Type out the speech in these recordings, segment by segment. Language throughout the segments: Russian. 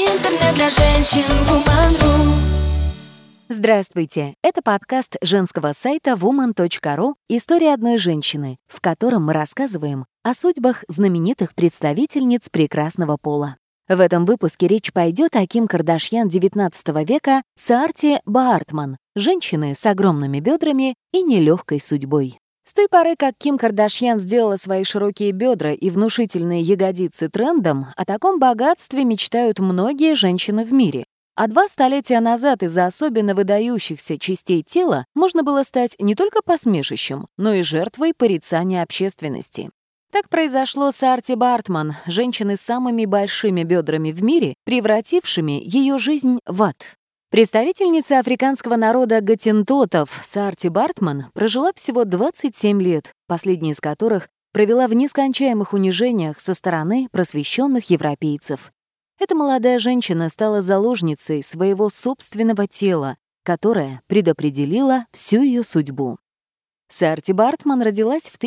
Интернет для женщин Woman.ru. Здравствуйте! Это подкаст женского сайта woman.ru «История одной женщины», в котором мы рассказываем о судьбах знаменитых представительниц прекрасного пола. В этом выпуске речь пойдет о Ким Кардашьян XIX века Саарти Баартман, женщины с огромными бедрами и нелегкой судьбой. С той поры, как Ким Кардашьян сделала свои широкие бедра и внушительные ягодицы трендом, о таком богатстве мечтают многие женщины в мире. А 2 столетия назад из-за особенно выдающихся частей тела можно было стать не только посмешищем, но и жертвой порицания общественности. Так произошло с Арти Баартман, женщиной с самыми большими бедрами в мире, превратившими ее жизнь в ад. Представительница африканского народа гаттентотов Саарти Баартман прожила всего 27 лет, последние из которых провела в нескончаемых унижениях со стороны просвещенных европейцев. Эта молодая женщина стала заложницей своего собственного тела, которое предопределило всю ее судьбу. Саарти Баартман родилась в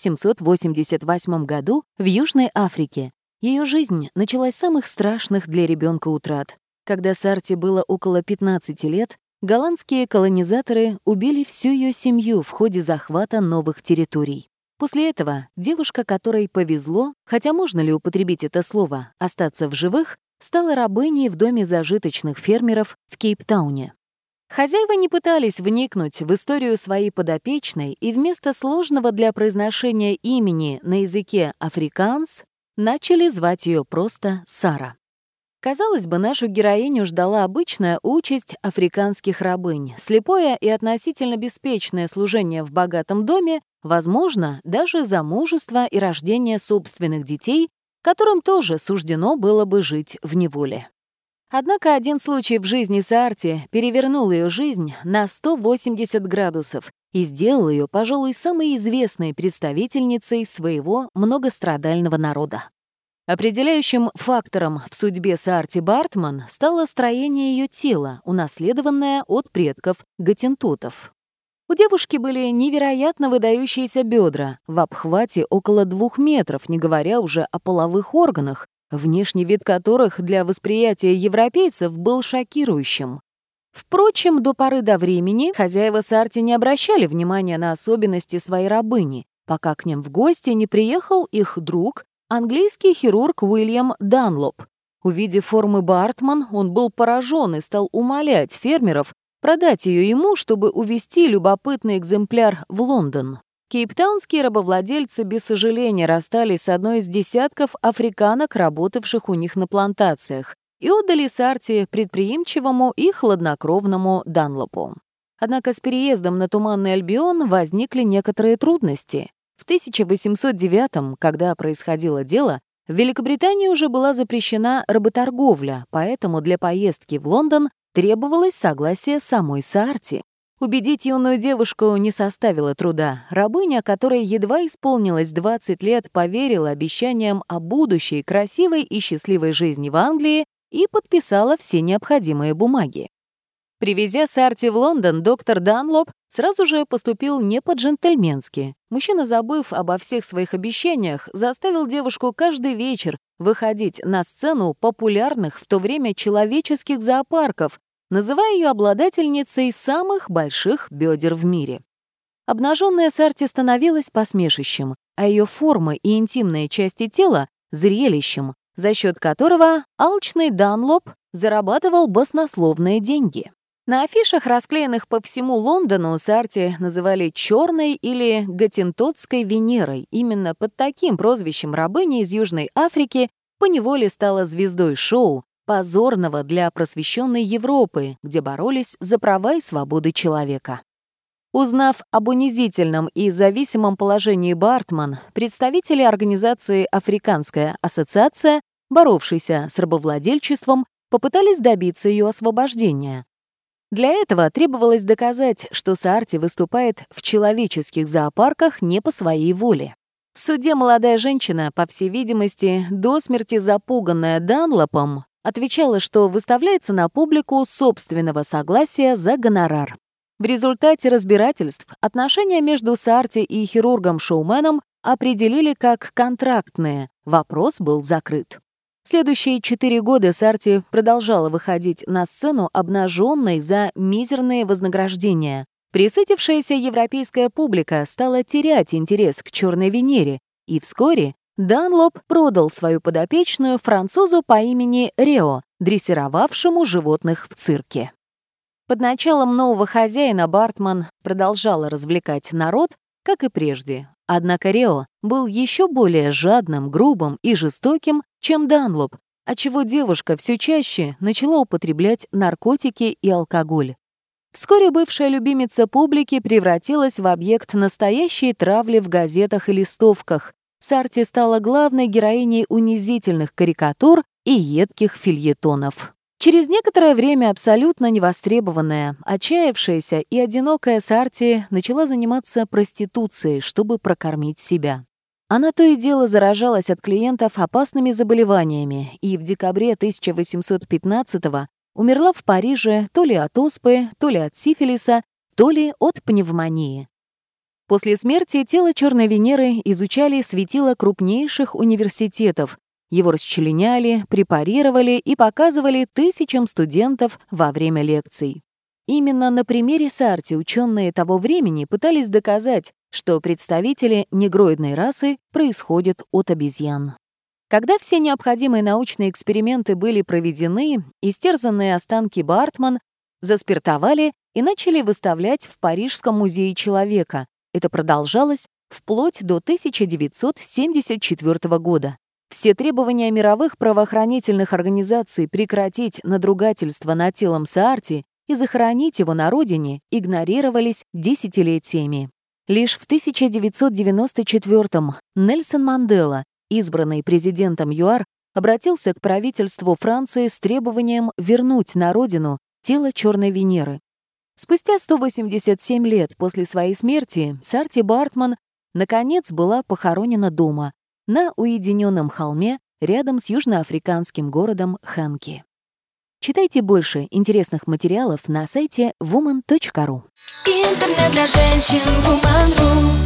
1788 году в Южной Африке. Ее жизнь началась с самых страшных для ребенка утрат. Когда Саарти было около 15 лет, голландские колонизаторы убили всю ее семью в ходе захвата новых территорий. После этого девушка, которой повезло, хотя можно ли употребить это слово, остаться в живых, стала рабыней в доме зажиточных фермеров в Кейптауне. Хозяева не пытались вникнуть в историю своей подопечной и вместо сложного для произношения имени на языке африкаанс начали звать ее просто Сара. Казалось бы, нашу героиню ждала обычная участь африканских рабынь, слепое и относительно беспечное служение в богатом доме, возможно, даже замужество и рождение собственных детей, которым тоже суждено было бы жить в неволе. Однако один случай в жизни Саарти перевернул ее жизнь на 180 градусов и сделал ее, пожалуй, самой известной представительницей своего многострадального народа. Определяющим фактором в судьбе Саарти Баартман стало строение ее тела, унаследованное от предков гаттентотов. У девушки были невероятно выдающиеся бедра, в обхвате около 2 метров, не говоря уже о половых органах, внешний вид которых для восприятия европейцев был шокирующим. Впрочем, до поры до времени хозяева Саарти не обращали внимания на особенности своей рабыни, пока к ним в гости не приехал их друг, английский хирург Уильям Данлоп. Увидев формы Баартман, он был поражен и стал умолять фермеров продать ее ему, чтобы увезти любопытный экземпляр в Лондон. Кейптаунские рабовладельцы без сожаления расстались с одной из десятков африканок, работавших у них на плантациях, и отдали Саарти предприимчивому и хладнокровному Данлопу. Однако с переездом на Туманный Альбион возникли некоторые трудности. В 1809-м, когда происходило дело, в Великобритании уже была запрещена работорговля, поэтому для поездки в Лондон требовалось согласие самой Саарти. Убедить юную девушку не составило труда. Рабыня, которой едва исполнилось 20 лет, поверила обещаниям о будущей, красивой и счастливой жизни в Англии и подписала все необходимые бумаги. Привезя Саарти в Лондон, доктор Данлоп сразу же поступил не по-джентльменски. Мужчина, забыв обо всех своих обещаниях, заставил девушку каждый вечер выходить на сцену популярных в то время человеческих зоопарков, называя ее обладательницей самых больших бедер в мире. Обнаженная Саарти становилась посмешищем, а ее формы и интимные части тела — зрелищем, за счет которого алчный Данлоп зарабатывал баснословные деньги. На афишах, расклеенных по всему Лондону, Саарти называли «черной» или «гаттентотской Венерой». Именно под таким прозвищем рабыня из Южной Африки поневоле стала звездой шоу, позорного для просвещенной Европы, где боролись за права и свободы человека. Узнав об унизительном и зависимом положении Баартман, представители организации «Африканская ассоциация», боровшейся с рабовладельчеством, попытались добиться ее освобождения. Для этого требовалось доказать, что Саарти выступает в человеческих зоопарках не по своей воле. В суде молодая женщина, по всей видимости, до смерти запуганная Данлопом, отвечала, что выставляется на публику собственного согласия за гонорар. В результате разбирательств отношения между Саарти и хирургом-шоуменом определили как контрактные, вопрос был закрыт. Следующие 4 года Сарти продолжала выходить на сцену обнаженной за мизерные вознаграждения. Пресытившаяся европейская публика стала терять интерес к «Черной Венере», и вскоре Данлоп продал свою подопечную французу по имени Рео, дрессировавшему животных в цирке. Под началом нового хозяина Бартман продолжала развлекать народ, как и прежде. Однако Рео был еще более жадным, грубым и жестоким, чем Данлоп, отчего девушка все чаще начала употреблять наркотики и алкоголь. Вскоре бывшая любимица публики превратилась в объект настоящей травли в газетах и листовках. Сарти стала главной героиней унизительных карикатур и едких фельетонов. Через некоторое время абсолютно невостребованная, отчаявшаяся и одинокая Сарти начала заниматься проституцией, чтобы прокормить себя. Она то и дело заражалась от клиентов опасными заболеваниями и в декабре 1815-го умерла в Париже то ли от оспы, то ли от сифилиса, то ли от пневмонии. После смерти тело Черной Венеры изучали светила крупнейших университетов. Его расчленяли, препарировали и показывали тысячам студентов во время лекций. Именно на примере Сарти ученые того времени пытались доказать, что представители негроидной расы происходят от обезьян. Когда все необходимые научные эксперименты были проведены, истерзанные останки Бартман заспиртовали и начали выставлять в Парижском музее человека. Это продолжалось вплоть до 1974 года. Все требования мировых правоохранительных организаций прекратить надругательство над телом Саарти и захоронить его на родине игнорировались десятилетиями. Лишь в 1994-м Нельсон Мандела, избранный президентом ЮАР, обратился к правительству Франции с требованием вернуть на родину тело Черной Венеры. Спустя 187 лет после своей смерти Саарти Бартман наконец была похоронена дома, на уединенном холме рядом с южноафриканским городом Ханки. Читайте больше интересных материалов на сайте woman.ru. Интернет для женщин Woman.ru.